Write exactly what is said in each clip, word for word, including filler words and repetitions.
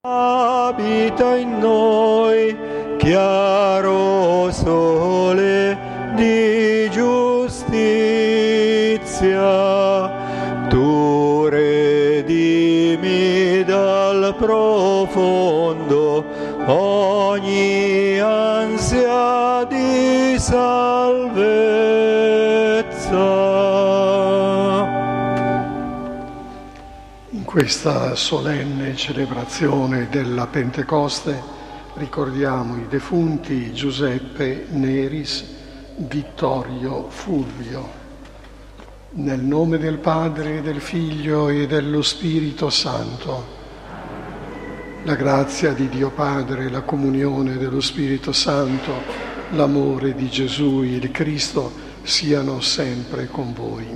Abita in noi, chiaro sole di giustizia, tu redimi dal profondo ogni ansia di salvezza. In questa solenne celebrazione della Pentecoste ricordiamo i defunti Giuseppe Neris, Vittorio Fulvio. Nel nome del Padre, del Figlio e dello Spirito Santo. La grazia di Dio Padre, la comunione dello Spirito Santo, l'amore di Gesù il Cristo siano sempre con voi.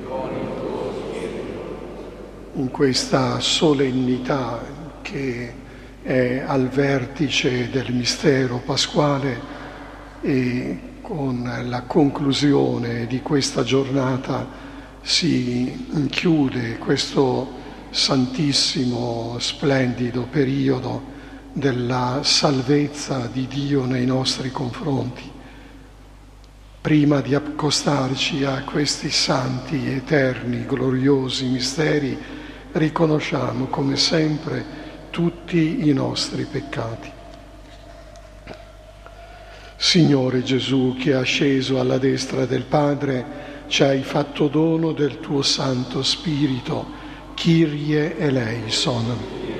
In questa solennità che è al vertice del mistero pasquale e con la conclusione di questa giornata si chiude questo santissimo, splendido periodo della salvezza di Dio nei nostri confronti. Prima di accostarci a questi santi, eterni, gloriosi misteri, riconosciamo come sempre tutti i nostri peccati. Signore Gesù, che è asceso alla destra del Padre, ci hai fatto dono del tuo Santo Spirito, Kyrie eleison.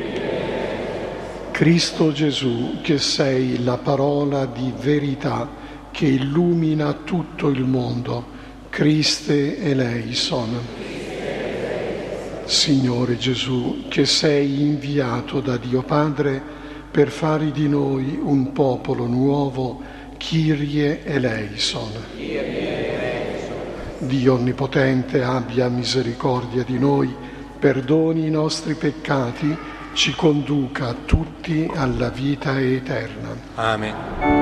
Cristo Gesù, che sei la parola di verità che illumina tutto il mondo, Christe eleison. Signore Gesù, che sei inviato da Dio Padre per fare di noi un popolo nuovo, Kyrie eleison. Dio Onnipotente abbia misericordia di noi, perdoni i nostri peccati, ci conduca tutti alla vita eterna. Amen.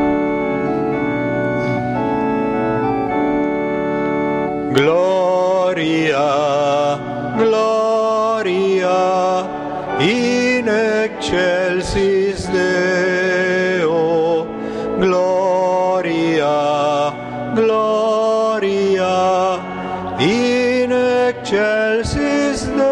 Gloria, gloria, in excelsis Deo, gloria, gloria, in excelsis Deo.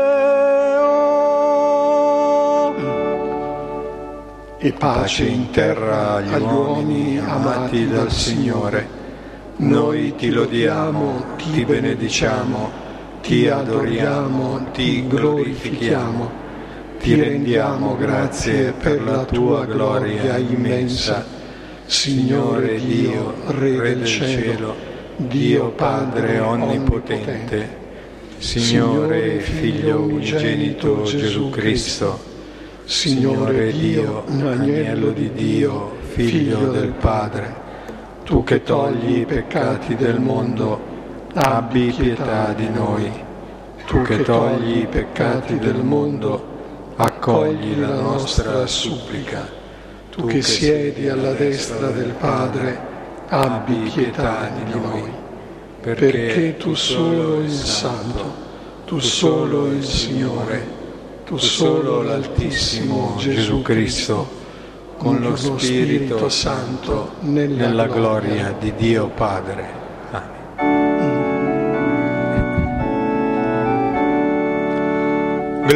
E pace in terra agli uomini amati dal Signore. Noi ti lodiamo, ti benediciamo, ti adoriamo, ti glorifichiamo, ti rendiamo grazie per la tua gloria immensa. Signore Dio, Re del cielo, Dio Padre onnipotente, Signore Figlio unigenito Gesù Cristo, Signore Dio, Agnello di Dio, Figlio del Padre, tu che togli i peccati del mondo, abbi pietà di noi. Tu che togli i peccati del mondo, accogli la nostra supplica. Tu che siedi alla destra del Padre, abbi pietà di noi. Perché tu solo il Santo, tu solo il Signore, tu solo l'Altissimo Gesù Cristo, con lo Spirito Santo, nella, nella gloria di Dio Padre. Amen.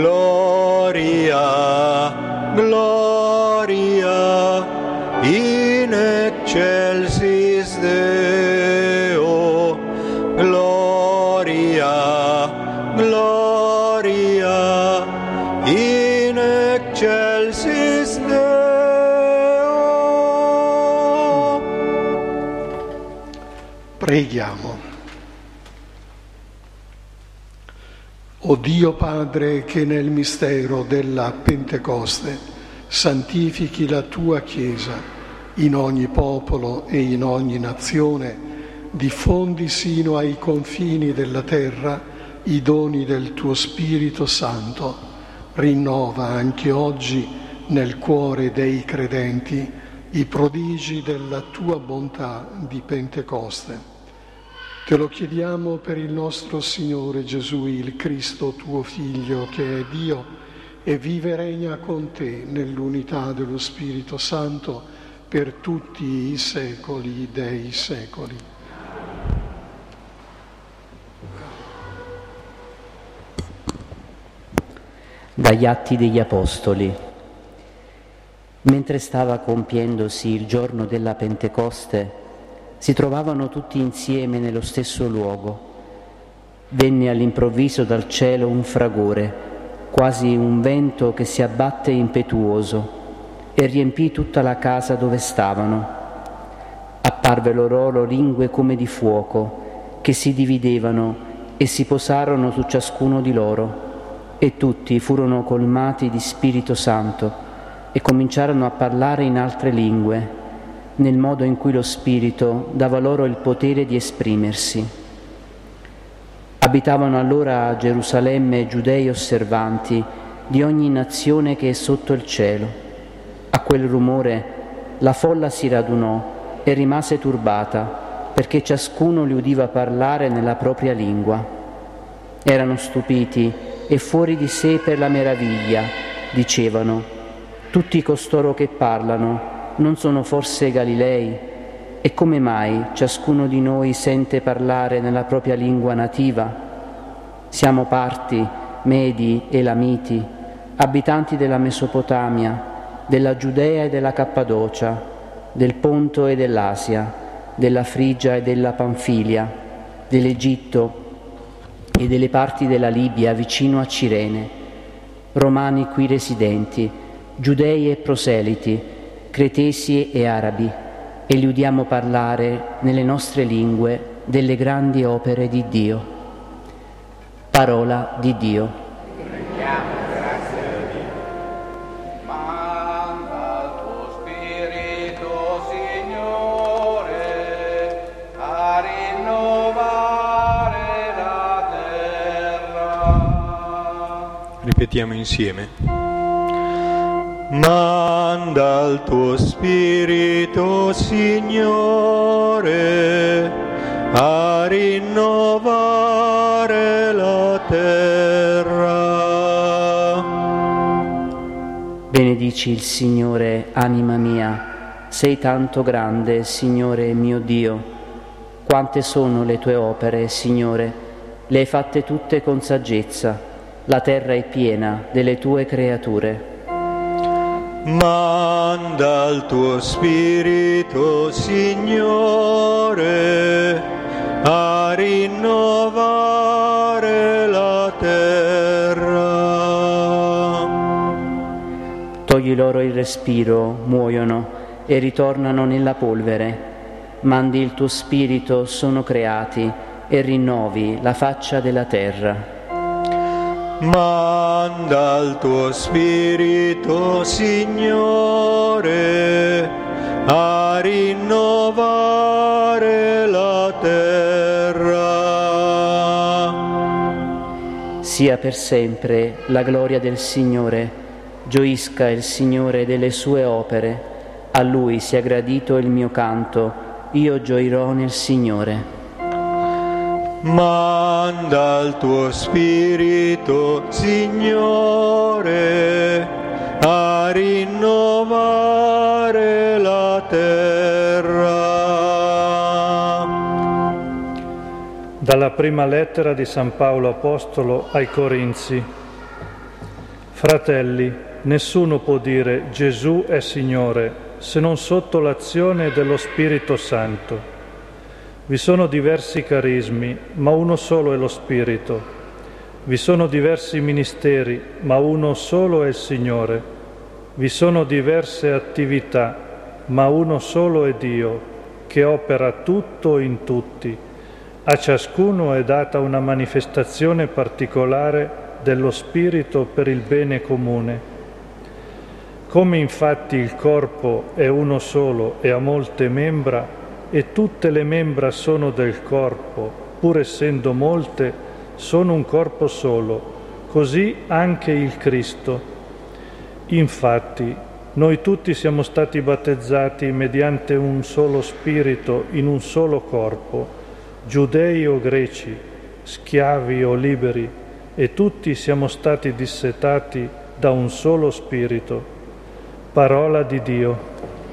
Gloria, gloria, in excelsis Deo, gloria, gloria, in excelsis Deo. Preghiamo. O Dio Padre, che nel mistero della Pentecoste santifichi la tua Chiesa in ogni popolo e in ogni nazione, diffondi sino ai confini della terra i doni del tuo Spirito Santo, rinnova anche oggi nel cuore dei credenti i prodigi della tua bontà di Pentecoste. Te lo chiediamo per il nostro Signore Gesù, il Cristo, tuo Figlio, che è Dio e vive e regna con te nell'unità dello Spirito Santo per tutti i secoli dei secoli. Dagli Atti degli Apostoli. Mentre stava compiendosi il giorno della Pentecoste, si trovavano tutti insieme nello stesso luogo. Venne all'improvviso dal cielo un fragore, quasi un vento che si abbatte impetuoso, e riempì tutta la casa dove stavano. Apparve loro lingue come di fuoco, che si dividevano e si posarono su ciascuno di loro. E tutti furono colmati di Spirito Santo e cominciarono a parlare in altre lingue, nel modo in cui lo Spirito dava loro il potere di esprimersi. Abitavano allora a Gerusalemme giudei osservanti di ogni nazione che è sotto il cielo. A quel rumore la folla si radunò e rimase turbata, perché ciascuno li udiva parlare nella propria lingua. Erano stupiti e fuori di sé per la meraviglia, dicevano: tutti costoro che parlano non sono forse Galilei? E come mai ciascuno di noi sente parlare nella propria lingua nativa? Siamo parti, Medi, Elamiti, abitanti della Mesopotamia, della Giudea e della Cappadocia, del Ponto e dell'Asia, della Frigia e della Panfilia, dell'Egitto e delle parti della Libia vicino a Cirene, romani qui residenti, giudei e proseliti, cretesi e arabi, e li udiamo parlare nelle nostre lingue delle grandi opere di Dio. Parola di Dio. Ripetiamo insieme. Manda il tuo Spirito, Signore, a rinnovare la terra. Benedici il Signore, anima mia, sei tanto grande, Signore mio Dio. Quante sono le tue opere, Signore, le hai fatte tutte con saggezza. La terra è piena delle tue creature. Manda il tuo Spirito, Signore, a rinnovare la terra. Togli loro il respiro, muoiono e ritornano nella polvere. Mandi il tuo Spirito, sono creati, e rinnovi la faccia della terra. Manda il tuo Spirito, Signore, a rinnovare la terra. Sia per sempre la gloria del Signore, gioisca il Signore delle sue opere, a Lui sia gradito il mio canto, io gioirò nel Signore. Manda il tuo Spirito, Signore, a rinnovare la terra. Dalla prima lettera di San Paolo Apostolo ai Corinzi. Fratelli, nessuno può dire Gesù è Signore se non sotto l'azione dello Spirito Santo. Vi sono diversi carismi, ma uno solo è lo Spirito. Vi sono diversi ministeri, ma uno solo è il Signore. Vi sono diverse attività, ma uno solo è Dio, che opera tutto in tutti. A ciascuno è data una manifestazione particolare dello Spirito per il bene comune. Come infatti il corpo è uno solo e ha molte membra, e tutte le membra sono del corpo, pur essendo molte, sono un corpo solo, così anche il Cristo. Infatti, noi tutti siamo stati battezzati mediante un solo Spirito in un solo corpo, giudei o greci, schiavi o liberi, e tutti siamo stati dissetati da un solo Spirito. Parola di Dio.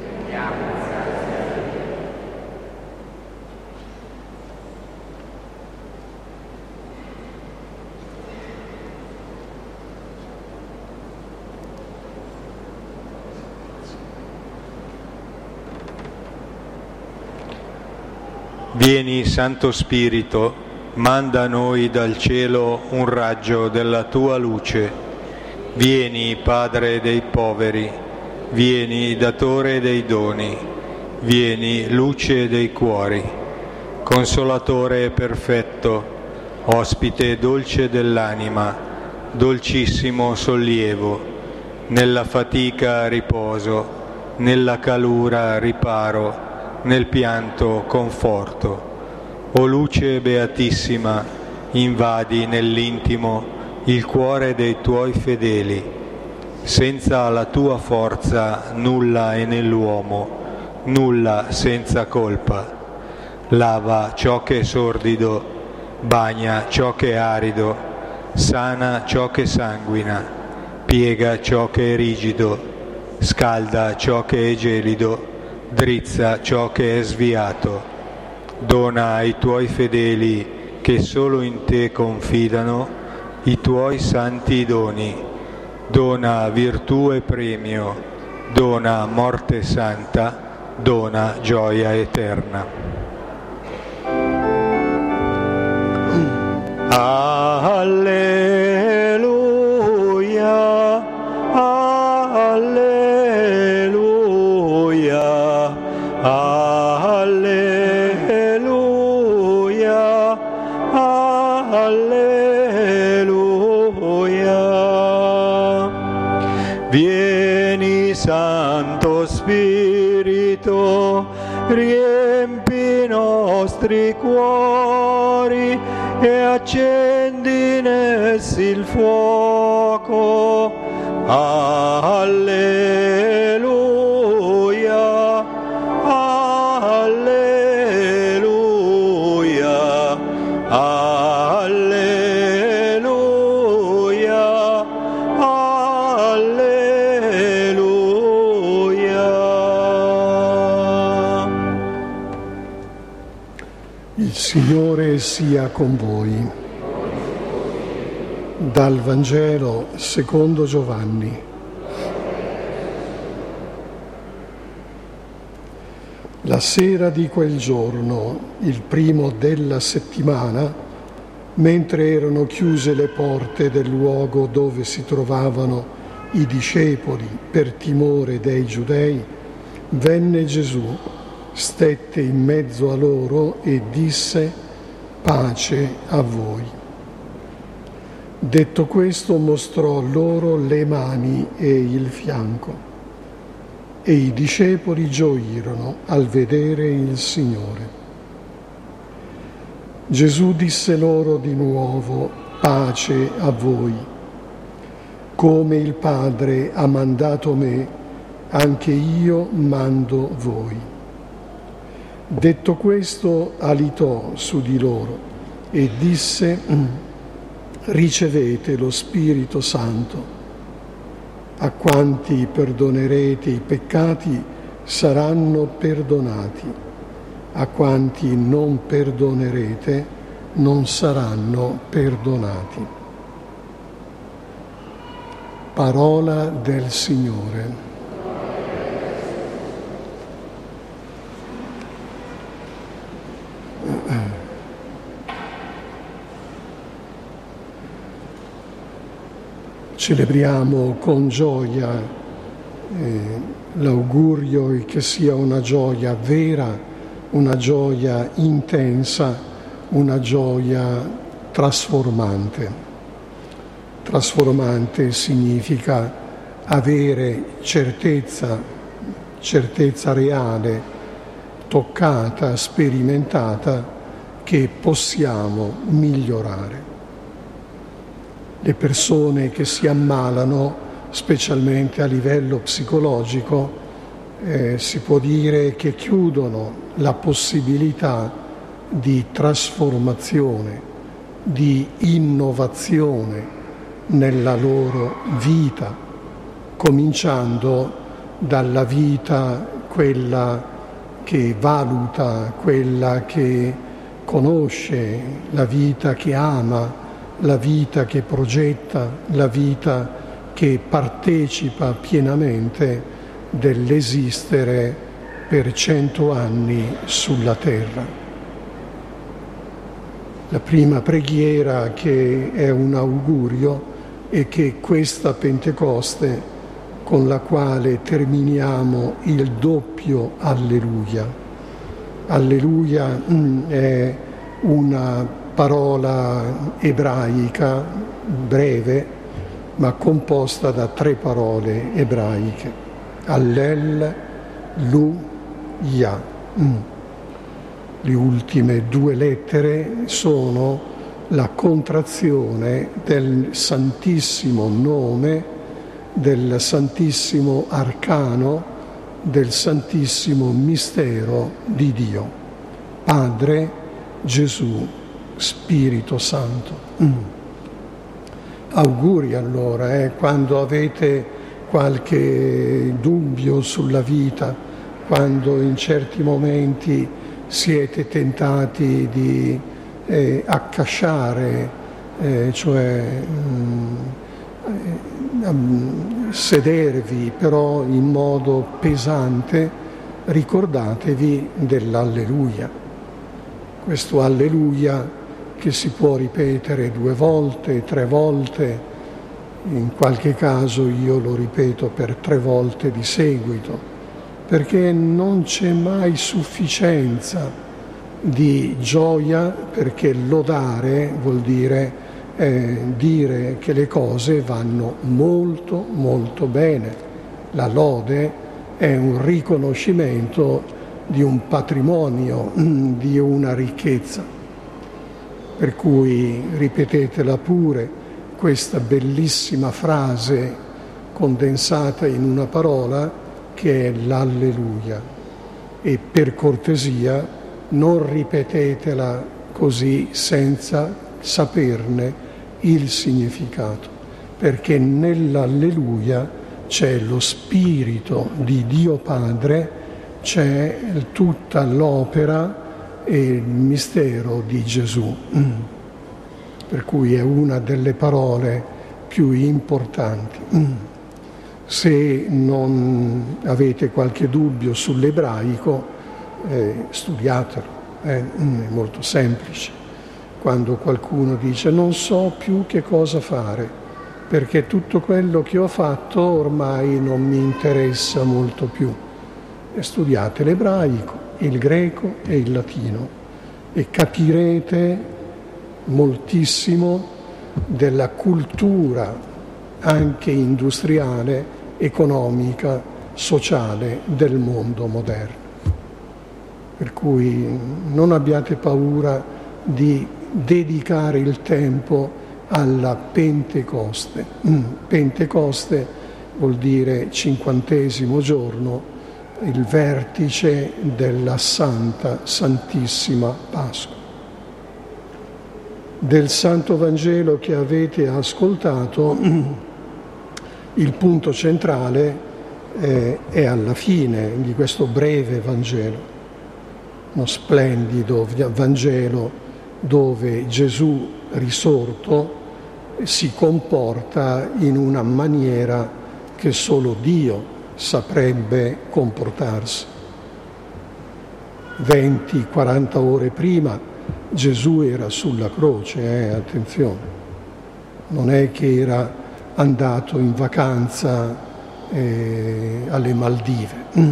Vieni, Santo Spirito, manda a noi dal cielo un raggio della tua luce. Vieni, Padre dei poveri, vieni, Datore dei doni, vieni, luce dei cuori, Consolatore perfetto, ospite dolce dell'anima, dolcissimo sollievo, nella fatica riposo, nella calura riparo, nel pianto conforto. O luce beatissima, invadi nell'intimo il cuore dei tuoi fedeli. Senza la tua forza nulla è nell'uomo, nulla senza colpa. Lava ciò che è sordido, bagna ciò che è arido, sana ciò che sanguina, piega ciò che è rigido, scalda ciò che è gelido, drizza ciò che è sviato. Dona ai tuoi fedeli che solo in te confidano i tuoi santi doni. Dona virtù e premio, dona morte santa, dona gioia eterna. Alleluia, alleluia. Alleluia, alleluia. Vieni, Santo Spirito, riempi i nostri cuori e accendi in essi il fuoco. Alleluia, alleluia, alleluia, alleluia. Il Signore sia con voi. Dal Vangelo secondo Giovanni. La sera di quel giorno, il primo della settimana, mentre erano chiuse le porte del luogo dove si trovavano i discepoli per timore dei giudei, venne Gesù, stette in mezzo a loro e disse: pace a voi. Detto questo, mostrò loro le mani e il fianco. E i discepoli gioirono al vedere il Signore. Gesù disse loro di nuovo: pace a voi. Come il Padre ha mandato me, anche io mando voi. Detto questo, alitò su di loro e disse: ricevete lo Spirito Santo. A quanti perdonerete i peccati saranno perdonati, a quanti non perdonerete non saranno perdonati. Parola del Signore. Celebriamo con gioia eh, l'augurio che sia una gioia vera, una gioia intensa, una gioia trasformante. Trasformante significa avere certezza, certezza reale, toccata, sperimentata, che possiamo migliorare. Le persone che si ammalano, specialmente a livello psicologico, eh, si può dire che chiudono la possibilità di trasformazione, di innovazione, nella loro vita, cominciando dalla vita quella che valuta, quella che conosce, la vita che ama, la vita che progetta, la vita che partecipa pienamente dell'esistere per cento anni sulla terra. La prima preghiera, che è un augurio, è che questa Pentecoste, con la quale terminiamo il doppio Alleluia. Alleluia è una parola ebraica breve, ma composta da tre parole ebraiche. Allel, Lu, Ya. Le ultime due lettere sono la contrazione del Santissimo Nome, del Santissimo Arcano, del Santissimo Mistero di Dio. Padre, Gesù, Spirito Santo. Mm. Auguri allora, eh, quando avete qualche dubbio sulla vita, quando in certi momenti siete tentati di eh, accasciare, eh, cioè mh, sedervi però in modo pesante, ricordatevi dell'Alleluia. Questo Alleluia che si può ripetere due volte, tre volte, in qualche caso io lo ripeto per tre volte di seguito, perché non c'è mai sufficienza di gioia, perché lodare vuol dire eh, dire che le cose vanno molto molto bene. La lode è un riconoscimento di un patrimonio, di una ricchezza. Per cui ripetetela pure, questa bellissima frase condensata in una parola che è l'Alleluia, e per cortesia non ripetetela così senza saperne il significato, perché nell'Alleluia c'è lo Spirito di Dio Padre, c'è tutta l'opera e il mistero di Gesù, per cui è una delle parole più importanti. Se non avete qualche dubbio sull'ebraico, eh, studiatelo, eh, è molto semplice. Quando qualcuno dice non so più che cosa fare, perché tutto quello che ho fatto ormai non mi interessa molto più, e studiate l'ebraico, il greco e il latino e capirete moltissimo della cultura anche industriale, economica, sociale del mondo moderno. Per cui non abbiate paura di dedicare il tempo alla Pentecoste. Pentecoste vuol dire cinquantesimo giorno, il vertice della Santa, Santissima Pasqua. Del Santo Vangelo che avete ascoltato, il punto centrale eh, è alla fine di questo breve Vangelo, uno splendido Vangelo dove Gesù risorto si comporta in una maniera che solo Dio saprebbe comportarsi. venti quaranta ore prima Gesù era sulla croce, eh, attenzione, non è che era andato in vacanza eh, alle Maldive. Mm.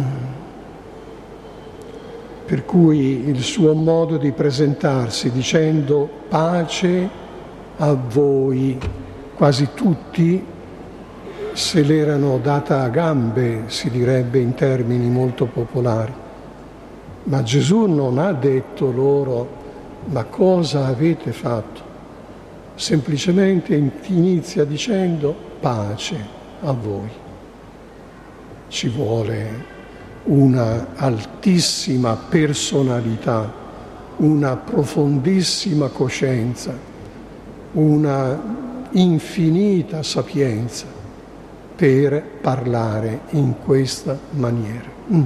Per cui il suo modo di presentarsi dicendo pace a voi, quasi tutti se l'erano data a gambe, si direbbe in termini molto popolari. Ma Gesù non ha detto loro ma cosa avete fatto? Semplicemente inizia dicendo pace a voi. Ci vuole una altissima personalità, una profondissima coscienza, una infinita sapienza per parlare in questa maniera. Mm.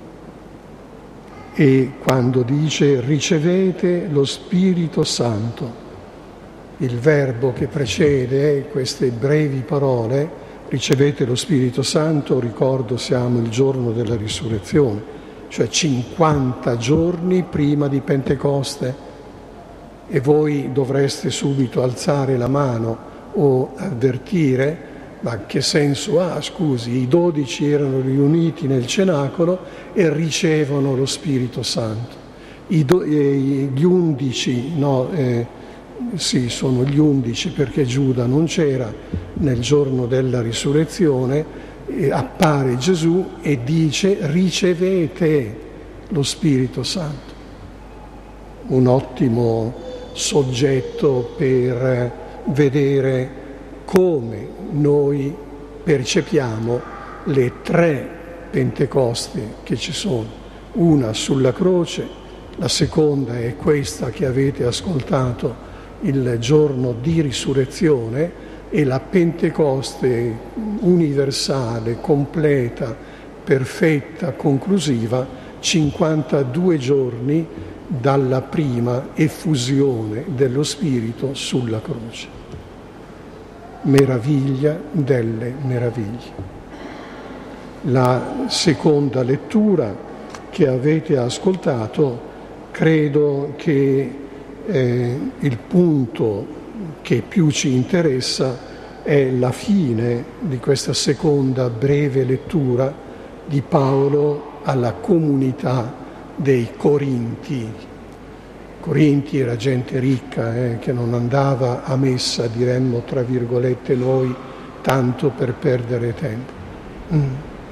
E quando dice ricevete lo Spirito Santo, il verbo che precede queste brevi parole, ricevete lo Spirito Santo, ricordo siamo il giorno della risurrezione, cioè cinquanta giorni prima di Pentecoste, e voi dovreste subito alzare la mano o avvertire, ma che senso ha? Scusi, i dodici erano riuniti nel cenacolo e ricevono lo Spirito Santo. I do, eh, gli undici, no, eh, sì, sono gli undici perché Giuda non c'era nel giorno della risurrezione, eh, appare Gesù e dice ricevete lo Spirito Santo. Un ottimo soggetto per vedere come noi percepiamo le tre Pentecoste che ci sono, una sulla croce, la seconda è questa che avete ascoltato il giorno di risurrezione, e la Pentecoste universale, completa, perfetta, conclusiva, cinquantadue giorni dalla prima effusione dello Spirito sulla croce. Meraviglia delle meraviglie. La seconda lettura che avete ascoltato, credo che eh, il punto che più ci interessa è la fine di questa seconda breve lettura di Paolo alla comunità dei Corinti. Corinti era gente ricca, eh, che non andava a messa, diremmo tra virgolette noi, tanto per perdere tempo. Mm.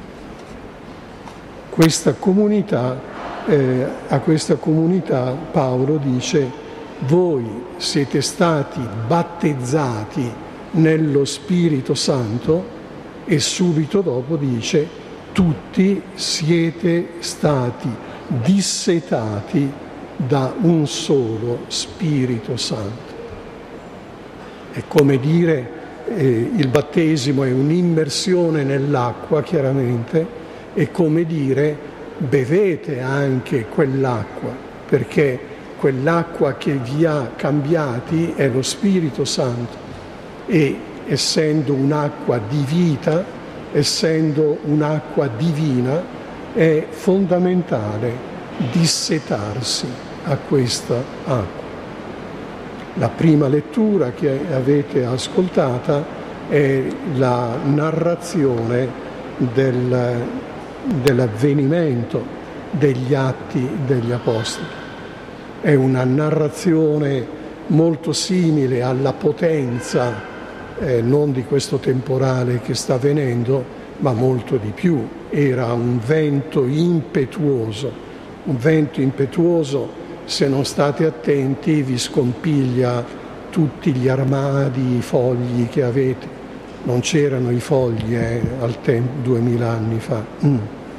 Questa comunità, eh, a questa comunità Paolo dice: voi siete stati battezzati nello Spirito Santo, e subito dopo dice: tutti siete stati dissetati da un solo Spirito Santo. È come dire, eh, il battesimo è un'immersione nell'acqua, chiaramente, è come dire bevete anche quell'acqua, perché quell'acqua che vi ha cambiati è lo Spirito Santo, e essendo un'acqua di vita, essendo un'acqua divina, è fondamentale dissetarsi a questa acqua. La prima lettura che avete ascoltata è la narrazione del, dell'avvenimento degli Atti degli Apostoli. È una narrazione molto simile alla potenza, eh, non di questo temporale che sta avvenendo, ma molto di più. Era un vento impetuoso, un vento impetuoso, se non state attenti vi scompiglia tutti gli armadi, i fogli che avete. Non c'erano i fogli eh, al tempo, duemila anni fa. Mm.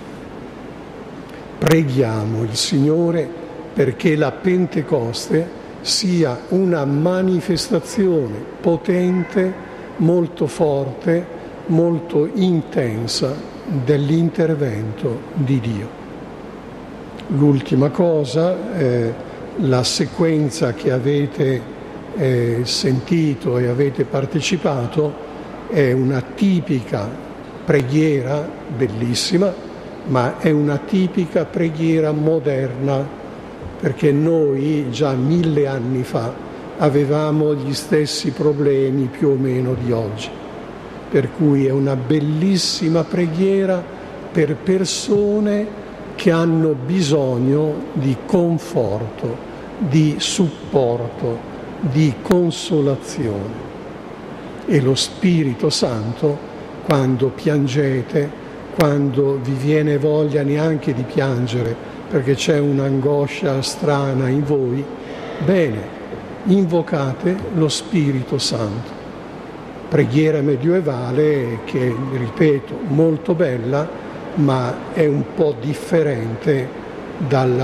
Preghiamo il Signore perché la Pentecoste sia una manifestazione potente, molto forte, molto intensa dell'intervento di Dio. L'ultima cosa, eh, la sequenza che avete eh, sentito e avete partecipato è una tipica preghiera bellissima, ma è una tipica preghiera moderna, perché noi già mille anni fa avevamo gli stessi problemi più o meno di oggi, per cui è una bellissima preghiera per persone che hanno bisogno di conforto, di supporto, di consolazione. E lo Spirito Santo, quando piangete, quando vi viene voglia neanche di piangere perché c'è un'angoscia strana in voi, bene, invocate lo Spirito Santo. Preghiera medievale che, ripeto, molto bella, ma è un po' differente dalla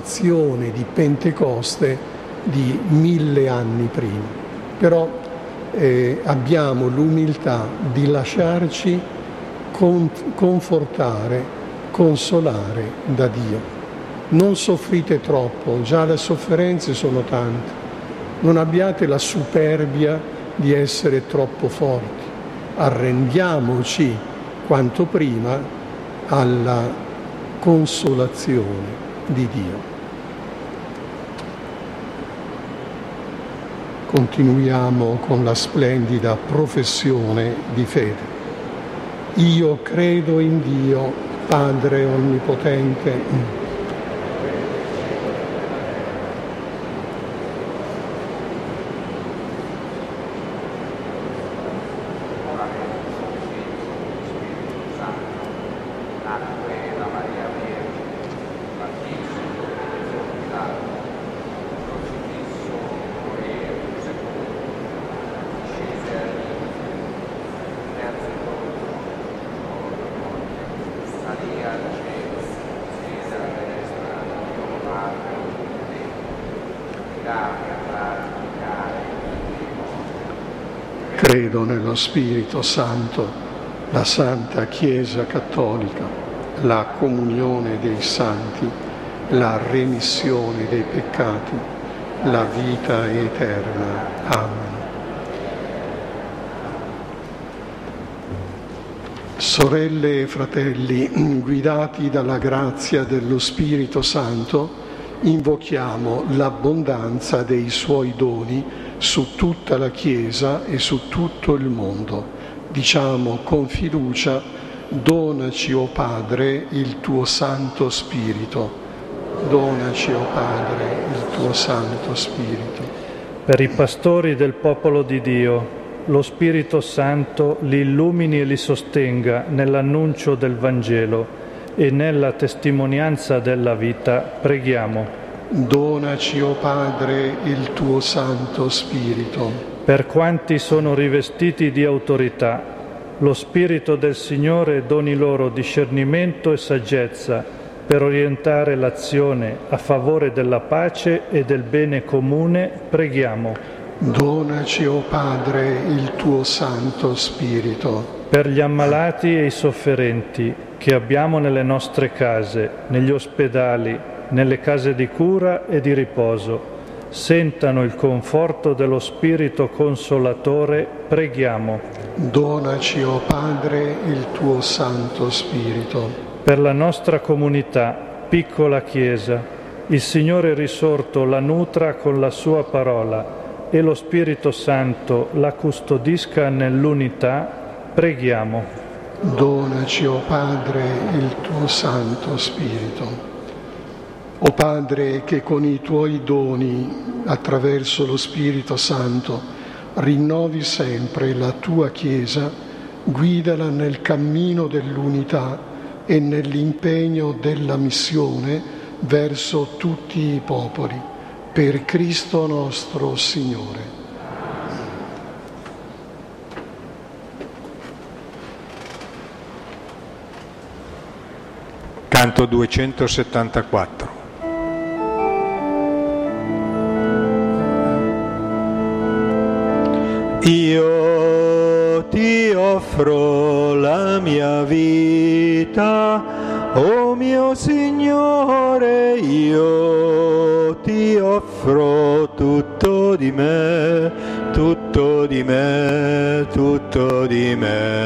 situazione di Pentecoste di mille anni prima. Però eh, abbiamo l'umiltà di lasciarci con, confortare, consolare da Dio. Non soffrite troppo, già le sofferenze sono tante. Non abbiate la superbia di essere troppo forti. Arrendiamoci quanto prima alla consolazione di Dio. Continuiamo con la splendida professione di fede. Io credo in Dio, Padre Onnipotente, credo nello Spirito Santo, la Santa Chiesa Cattolica, la comunione dei santi, la remissione dei peccati, la vita eterna. Amen. Sorelle e fratelli, guidati dalla grazia dello Spirito Santo, invochiamo l'abbondanza dei Suoi doni su tutta la Chiesa e su tutto il mondo. Diciamo con fiducia: donaci, o Padre, il tuo Santo Spirito. Donaci, o Padre, il tuo Santo Spirito. Per i pastori del popolo di Dio, lo Spirito Santo li illumini e li sostenga nell'annuncio del Vangelo e nella testimonianza della vita, preghiamo. Donaci, o Padre, il tuo Santo Spirito. Per quanti sono rivestiti di autorità, lo Spirito del Signore doni loro discernimento e saggezza per orientare l'azione a favore della pace e del bene comune, preghiamo. Donaci, o Padre, il tuo Santo Spirito. Per gli ammalati e i sofferenti che abbiamo nelle nostre case, negli ospedali, nelle case di cura e di riposo, sentano il conforto dello Spirito Consolatore, preghiamo. Donaci, o Padre, il tuo Santo Spirito. Per la nostra comunità, piccola Chiesa, il Signore risorto la nutra con la sua parola e lo Spirito Santo la custodisca nell'unità, preghiamo. Donaci, o Padre, il tuo Santo Spirito. O Padre, che con i tuoi doni, attraverso lo Spirito Santo, rinnovi sempre la tua Chiesa, guidala nel cammino dell'unità e nell'impegno della missione verso tutti i popoli, per Cristo nostro Signore. Canto duecentosettantaquattro. Io ti offro la mia vita, o mio Signore, io ti offro tutto di me, tutto di me, tutto di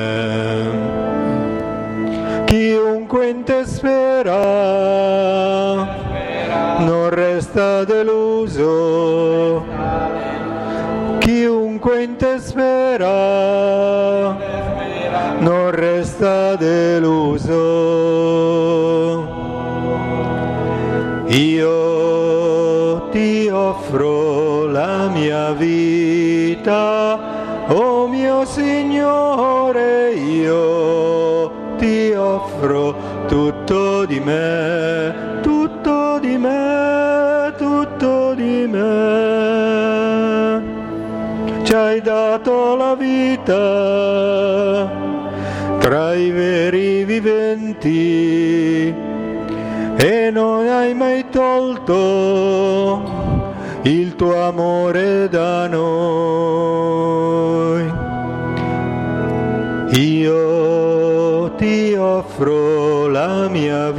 me. Chiunque in te spera non resta deluso. Chiunque in te spera non resta deluso. Io ti offro la mia vita, o mio Signore, io ti offro tutto di me, tutto di me, tutto di me. Ci hai dato la vita tra i veri viventi e non hai mai tolto il tuo amore da noi. ti offro la mia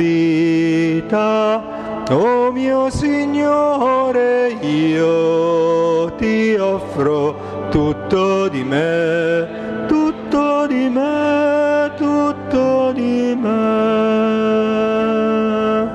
vita, o mio Signore, io ti offro tutto di me, tutto di me, tutto di me.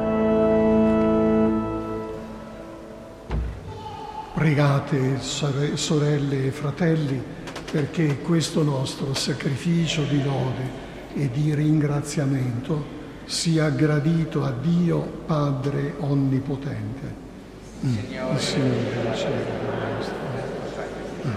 Pregate, sorelle e fratelli, perché questo nostro sacrificio di lode e di ringraziamento sia gradito a Dio Padre Onnipotente. Mm. Il Signore riceva la nostra. Mm.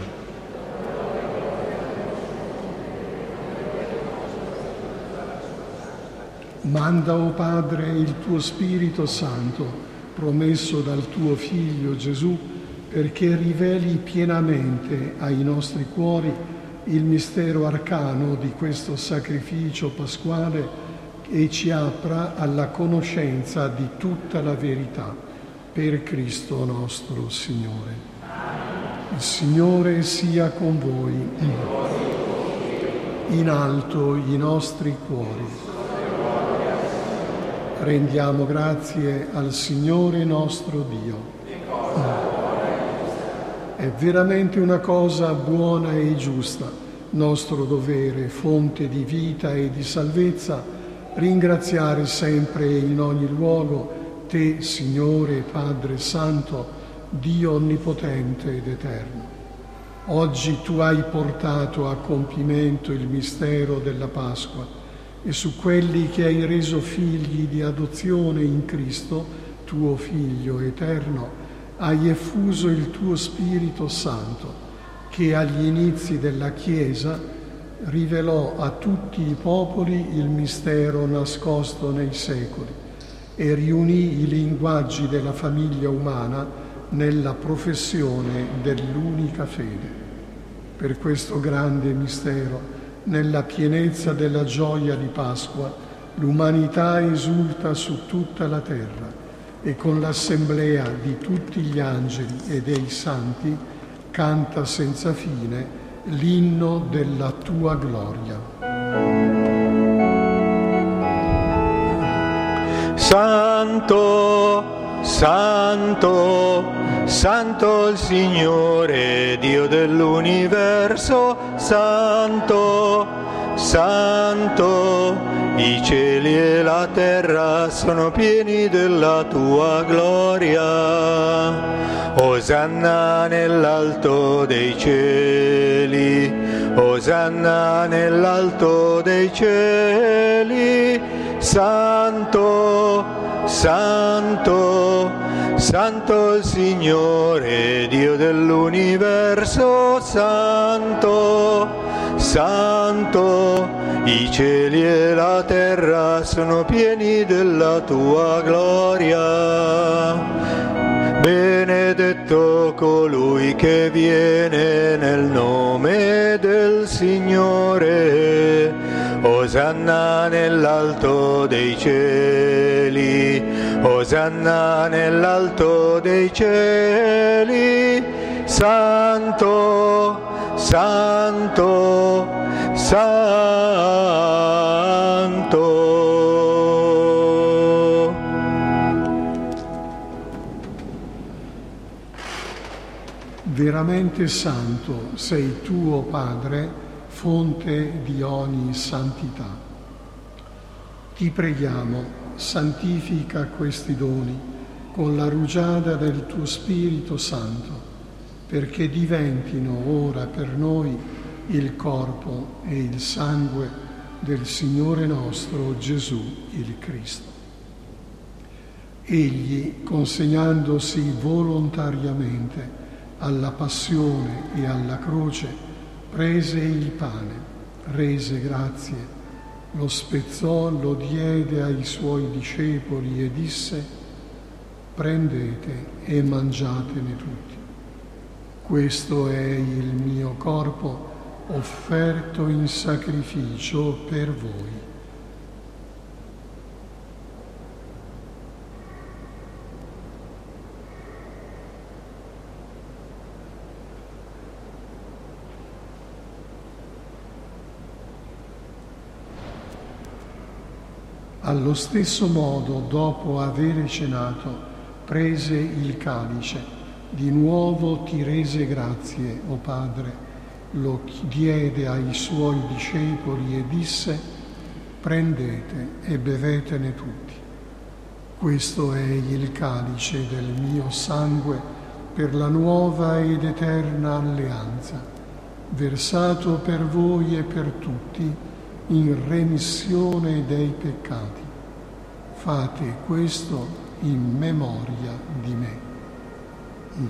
Manda, o Padre, il tuo Spirito Santo, promesso dal tuo Figlio Gesù, perché riveli pienamente ai nostri cuori il mistero arcano di questo sacrificio pasquale e ci apra alla conoscenza di tutta la verità, per Cristo nostro Signore. Il Signore sia con voi. In alto i nostri cuori. Rendiamo grazie al Signore nostro Dio. È veramente una cosa buona e giusta, nostro dovere, fonte di vita e di salvezza, ringraziare sempre e in ogni luogo Te, Signore Padre Santo, Dio Onnipotente ed Eterno. Oggi Tu hai portato a compimento il mistero della Pasqua e su quelli che hai reso figli di adozione in Cristo, Tuo Figlio eterno, hai effuso il tuo Spirito Santo, che agli inizi della Chiesa rivelò a tutti i popoli il mistero nascosto nei secoli e riunì i linguaggi della famiglia umana nella professione dell'unica fede. Per questo grande mistero, nella pienezza della gioia di Pasqua, l'umanità esulta su tutta la terra e con l'assemblea di tutti gli angeli e dei santi canta senza fine l'inno della tua gloria. Santo, Santo, Santo il Signore, Dio dell'universo, Santo, Santo, i cieli e la terra sono pieni della tua gloria. Osanna nell'alto dei cieli, Osanna nell'alto dei cieli, Santo, Santo, Santo il Signore, Dio dell'universo, Santo, Santo, i cieli e la terra sono pieni della tua gloria. Benedetto colui che viene nel nome del Signore. Osanna nell'alto dei cieli, Osanna nell'alto dei cieli, Santo, Santo, Santo. Veramente santo sei tu, o Padre, fonte di ogni santità. Ti preghiamo, santifica questi doni con la rugiada del tuo Spirito Santo, perché diventino ora per noi il corpo e il sangue del Signore nostro Gesù il Cristo. Egli, consegnandosi volontariamente alla passione e alla croce, prese il pane, rese grazie, lo spezzò, lo diede ai suoi discepoli e disse: prendete e mangiatene tutti. Questo è il mio corpo offerto in sacrificio per voi. Allo stesso modo, dopo aver cenato, prese il calice, di nuovo ti rese grazie, o Padre, lo diede ai suoi discepoli e disse: prendete e bevetene tutti. Questo è il calice del mio sangue per la nuova ed eterna alleanza, versato per voi e per tutti in remissione dei peccati. Fate questo in memoria di me. Mm.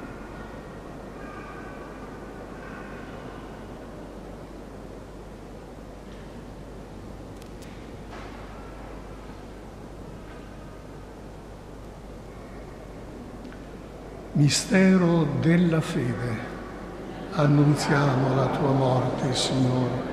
Mistero della fede. Annunziamo la tua morte, Signore.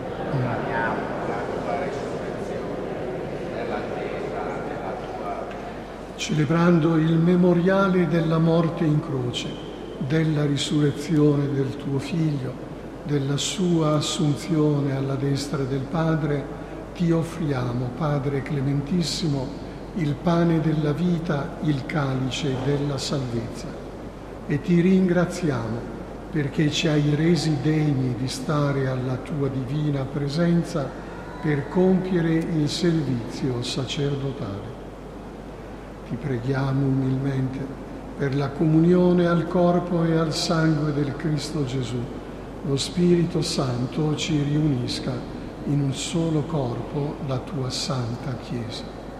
Celebrando il memoriale della morte in croce, della risurrezione del tuo Figlio, della sua assunzione alla destra del Padre, ti offriamo, Padre clementissimo, il pane della vita, il calice della salvezza. E ti ringraziamo perché ci hai resi degni di stare alla tua divina presenza per compiere il servizio sacerdotale. Ti preghiamo umilmente per la comunione al corpo e al sangue del Cristo Gesù. Lo Spirito Santo ci riunisca in un solo corpo, la tua Santa Chiesa.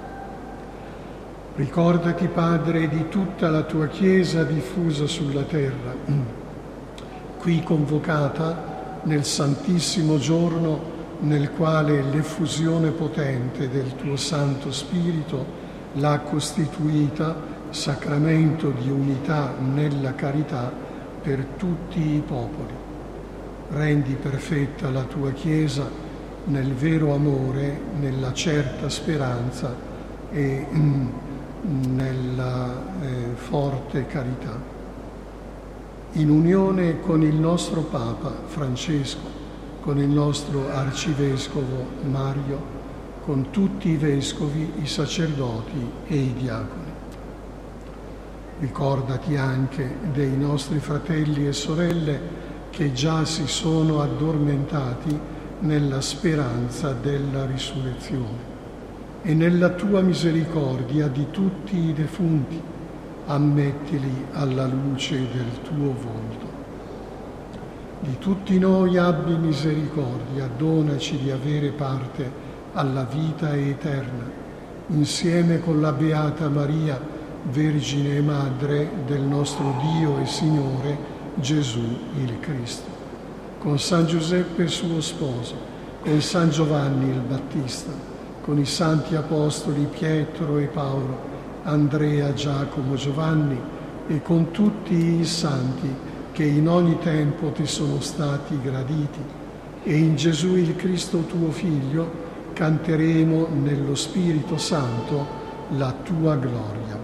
Ricordati, Padre, di tutta la tua Chiesa diffusa sulla terra, qui convocata nel santissimo giorno nel quale l'effusione potente del tuo Santo Spirito l'ha costituita sacramento di unità nella carità per tutti i popoli. Rendi perfetta la tua Chiesa nel vero amore, nella certa speranza e mm, nella eh, forte carità. In unione con il nostro Papa Francesco, con il nostro Arcivescovo Mario, con tutti i vescovi, i sacerdoti e i diaconi. Ricordati anche dei nostri fratelli e sorelle che già si sono addormentati nella speranza della risurrezione e nella tua misericordia di tutti i defunti, ammettili alla luce del tuo volto. Di tutti noi abbi misericordia, donaci di avere parte alla vita eterna, insieme con la Beata Maria, Vergine e Madre del nostro Dio e Signore Gesù il Cristo, con San Giuseppe suo sposo, con San Giovanni il Battista, con i santi apostoli Pietro e Paolo, Andrea, Giacomo, Giovanni e con tutti i santi che in ogni tempo ti sono stati graditi, e in Gesù il Cristo tuo Figlio canteremo nello Spirito Santo la tua gloria.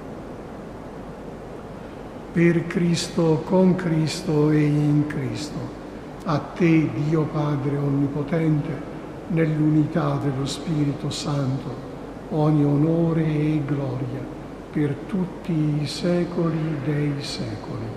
Per Cristo, con Cristo e in Cristo, a te, Dio Padre Onnipotente, nell'unità dello Spirito Santo, ogni onore e gloria per tutti i secoli dei secoli.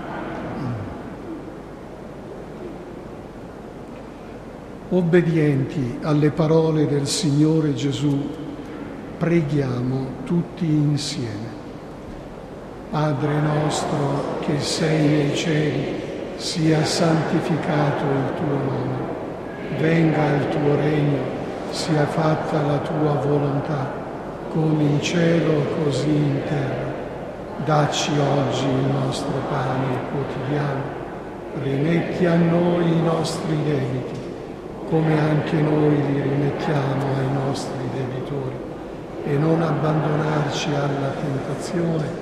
Obbedienti alle parole del Signore Gesù, preghiamo tutti insieme. Padre nostro che sei nei cieli, sia santificato il tuo nome. Venga il tuo regno, sia fatta la tua volontà, come in cielo così in terra. Dacci oggi il nostro pane quotidiano, rimetti a noi i nostri debiti, come anche noi li rimettiamo ai nostri debitori, e non abbandonarci alla tentazione.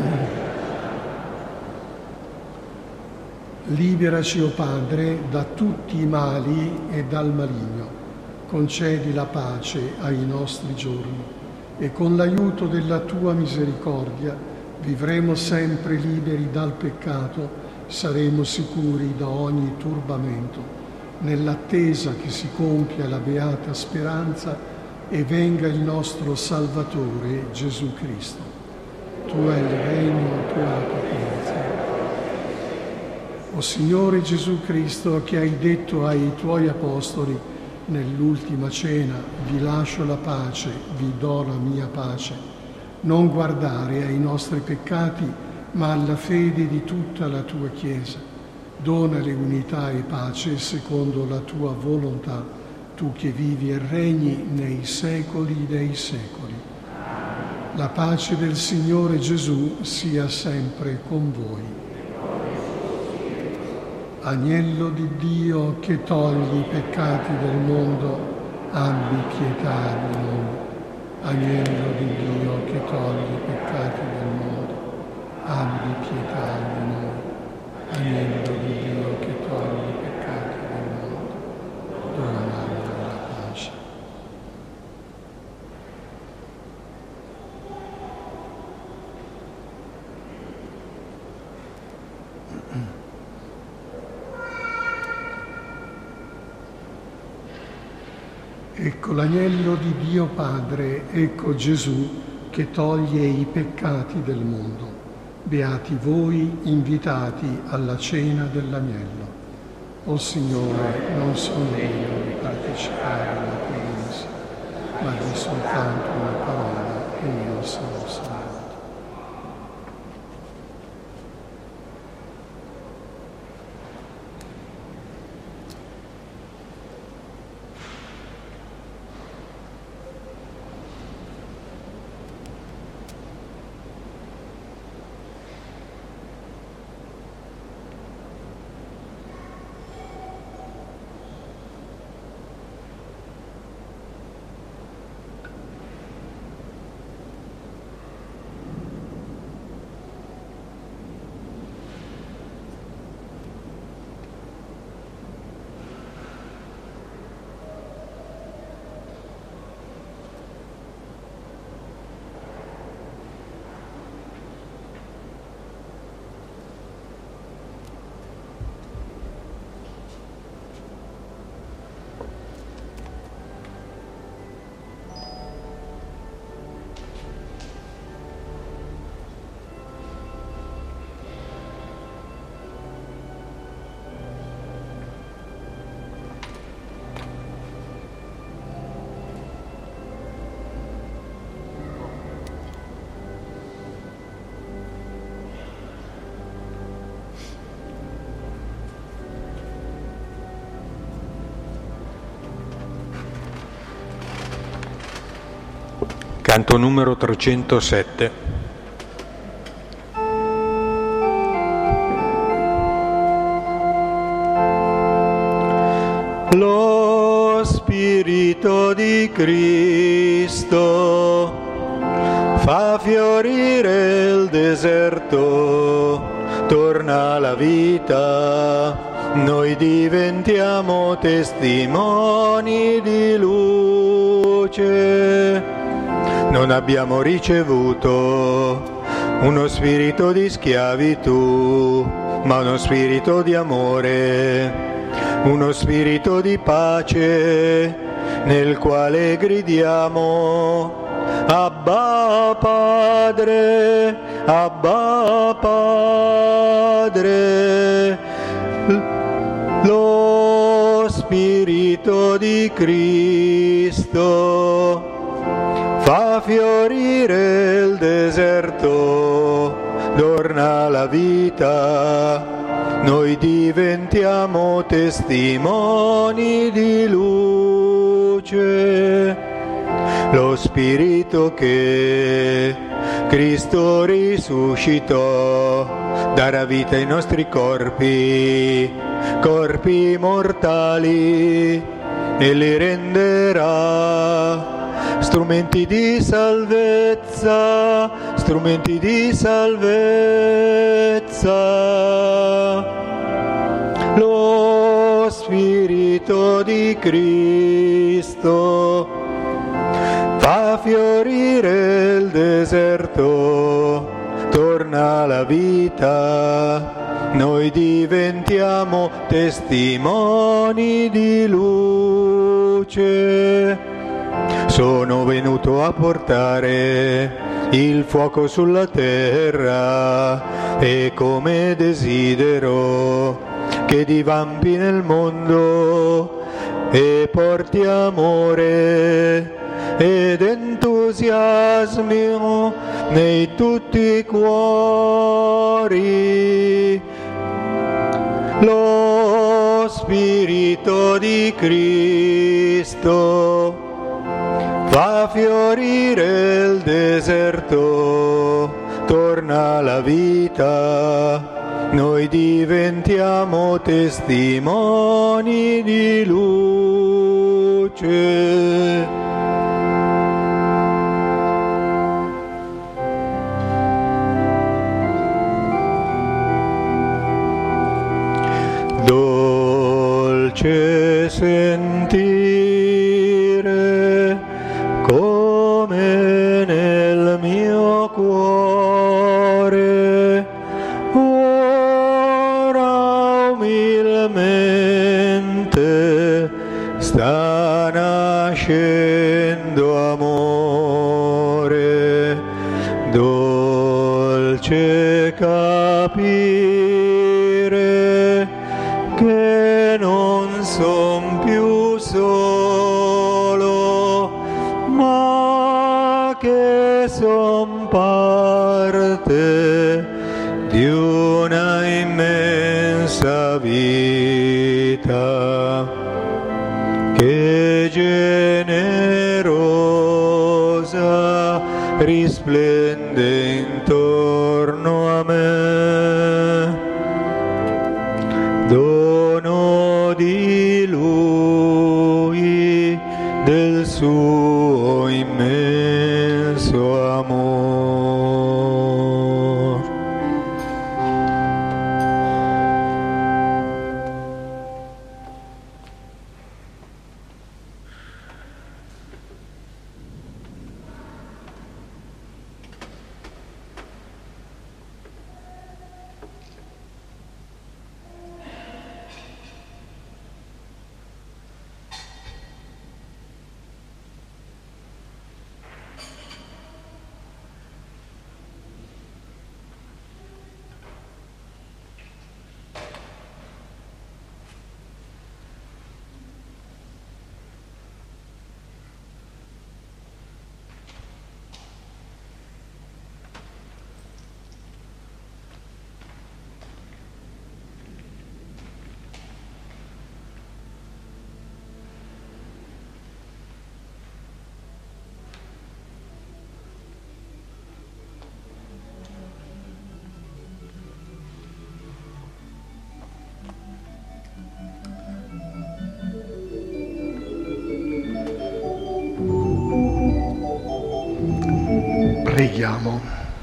Liberaci, o Padre, da tutti i mali e dal maligno. Concedi la pace ai nostri giorni e con l'aiuto della tua misericordia vivremo sempre liberi dal peccato, saremo sicuri da ogni turbamento, nell'attesa che si compia la beata speranza e venga il nostro Salvatore Gesù Cristo. Tuo è il regno, tua la potenza. O Signore Gesù Cristo, che hai detto ai tuoi apostoli nell'ultima cena: vi lascio la pace, vi do la mia pace, non guardare ai nostri peccati, ma alla fede di tutta la tua Chiesa. Donale unità e pace secondo la tua volontà, tu che vivi e regni nei secoli dei secoli. La pace del Signore Gesù sia sempre con voi. Agnello di Dio che togli i peccati del mondo, abbi pietà di noi. Agnello di Dio che togli i peccati del mondo, abbi pietà di noi. Agnello di Dio che togli i peccati del mondo, donaci la pace. Ecco l'agnello di Dio Padre, ecco Gesù che toglie i peccati del mondo. Beati voi invitati alla cena dell'agnello. O Signore, non sono degno di partecipare alla tua mensa, ma di soltanto una parola e io sarò salvato. Canto numero trecentosette. Lo Spirito di Cristo fa fiorire il deserto, torna alla vita, noi diventiamo testimoni di luce. Non abbiamo ricevuto uno spirito di schiavitù, ma uno spirito di amore, uno spirito di pace, nel quale gridiamo: Abba Padre, Abba Padre. Lo Spirito di Cristo fa fiorire il deserto, torna la vita, noi diventiamo testimoni di luce. Lo Spirito che Cristo risuscitò darà vita ai nostri corpi, corpi mortali, e li renderà strumenti di salvezza, strumenti di salvezza. Lo Spirito di Cristo fa fiorire il deserto, torna la vita, noi diventiamo testimoni di luce. sono venuto a portare il fuoco sulla terra e come desidero che divampi nel mondo e porti amore ed entusiasmo nei tutti i cuori. Lo Spirito di Cristo fa fiorire il deserto, torna alla vita, noi diventiamo testimoni di luce. Dolce sentire come nel mio cuore ora umilmente sta nascendo amore, dolce capire che non son più solo, ma che son parte di una immensa vita che generosa risplende intorno a me, dono di Lui, del suo immenso amor. Preghiamo.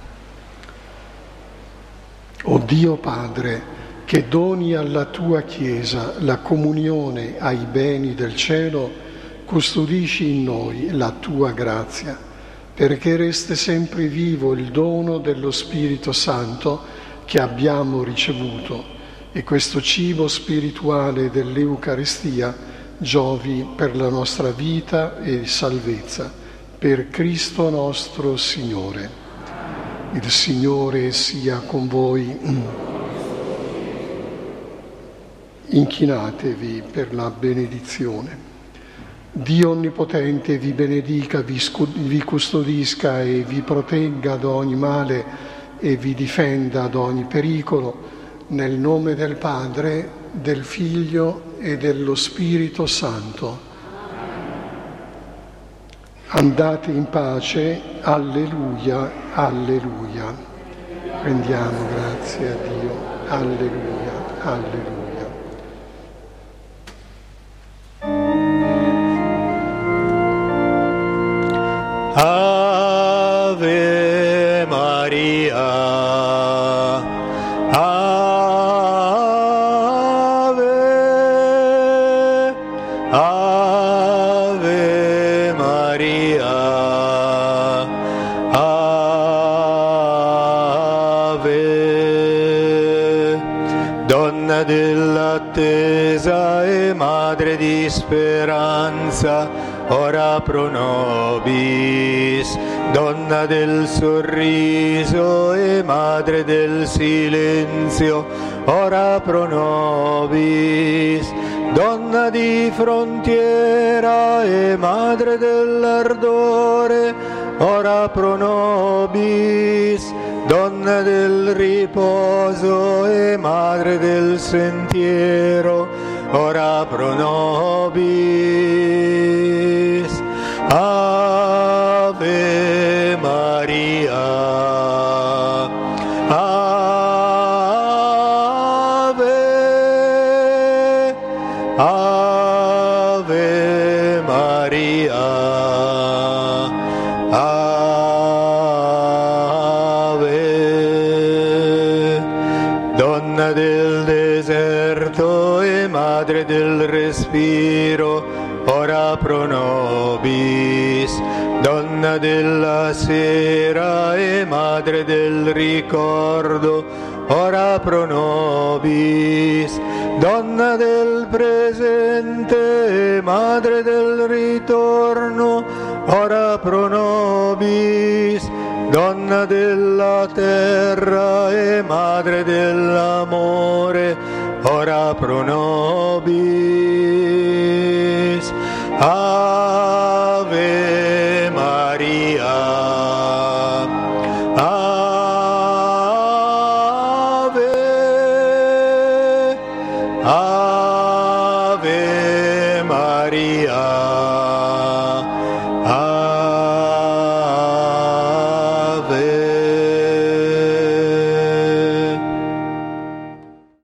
O Dio Padre, che doni alla tua Chiesa la comunione ai beni del cielo, custodisci in noi la tua grazia, perché resti sempre vivo il dono dello Spirito Santo che abbiamo ricevuto e questo cibo spirituale dell'Eucaristia giovi per la nostra vita e salvezza. Per Cristo nostro Signore. Il Signore sia con voi. Inchinatevi per la benedizione. Dio Onnipotente vi benedica, vi, scu- vi custodisca e vi protegga da ogni male e vi difenda da ogni pericolo, nel nome del Padre, del Figlio e dello Spirito Santo. Andate in pace, alleluia, alleluia. Rendiamo grazie a Dio, alleluia, alleluia. Ave Maria. Dell'attesa e madre di speranza, ora pro nobis. Donna del sorriso e madre del silenzio, ora pro nobis. Donna di frontiera e madre dell'ardore, ora pro nobis. Donna del riposo e madre del sentiero, ora pro nobis. Ave Maria, Ave, Ave Maria, Ave. Donna del deserto e madre del respiro, ora pro nobis. Donna della sera e madre del ricordo, ora pro nobis. Donna del presente e madre del ritorno, ora pro nobis. Donna della terra e madre dell'amore, ora pro nobis. Ave Maria, Ave, Ave Maria.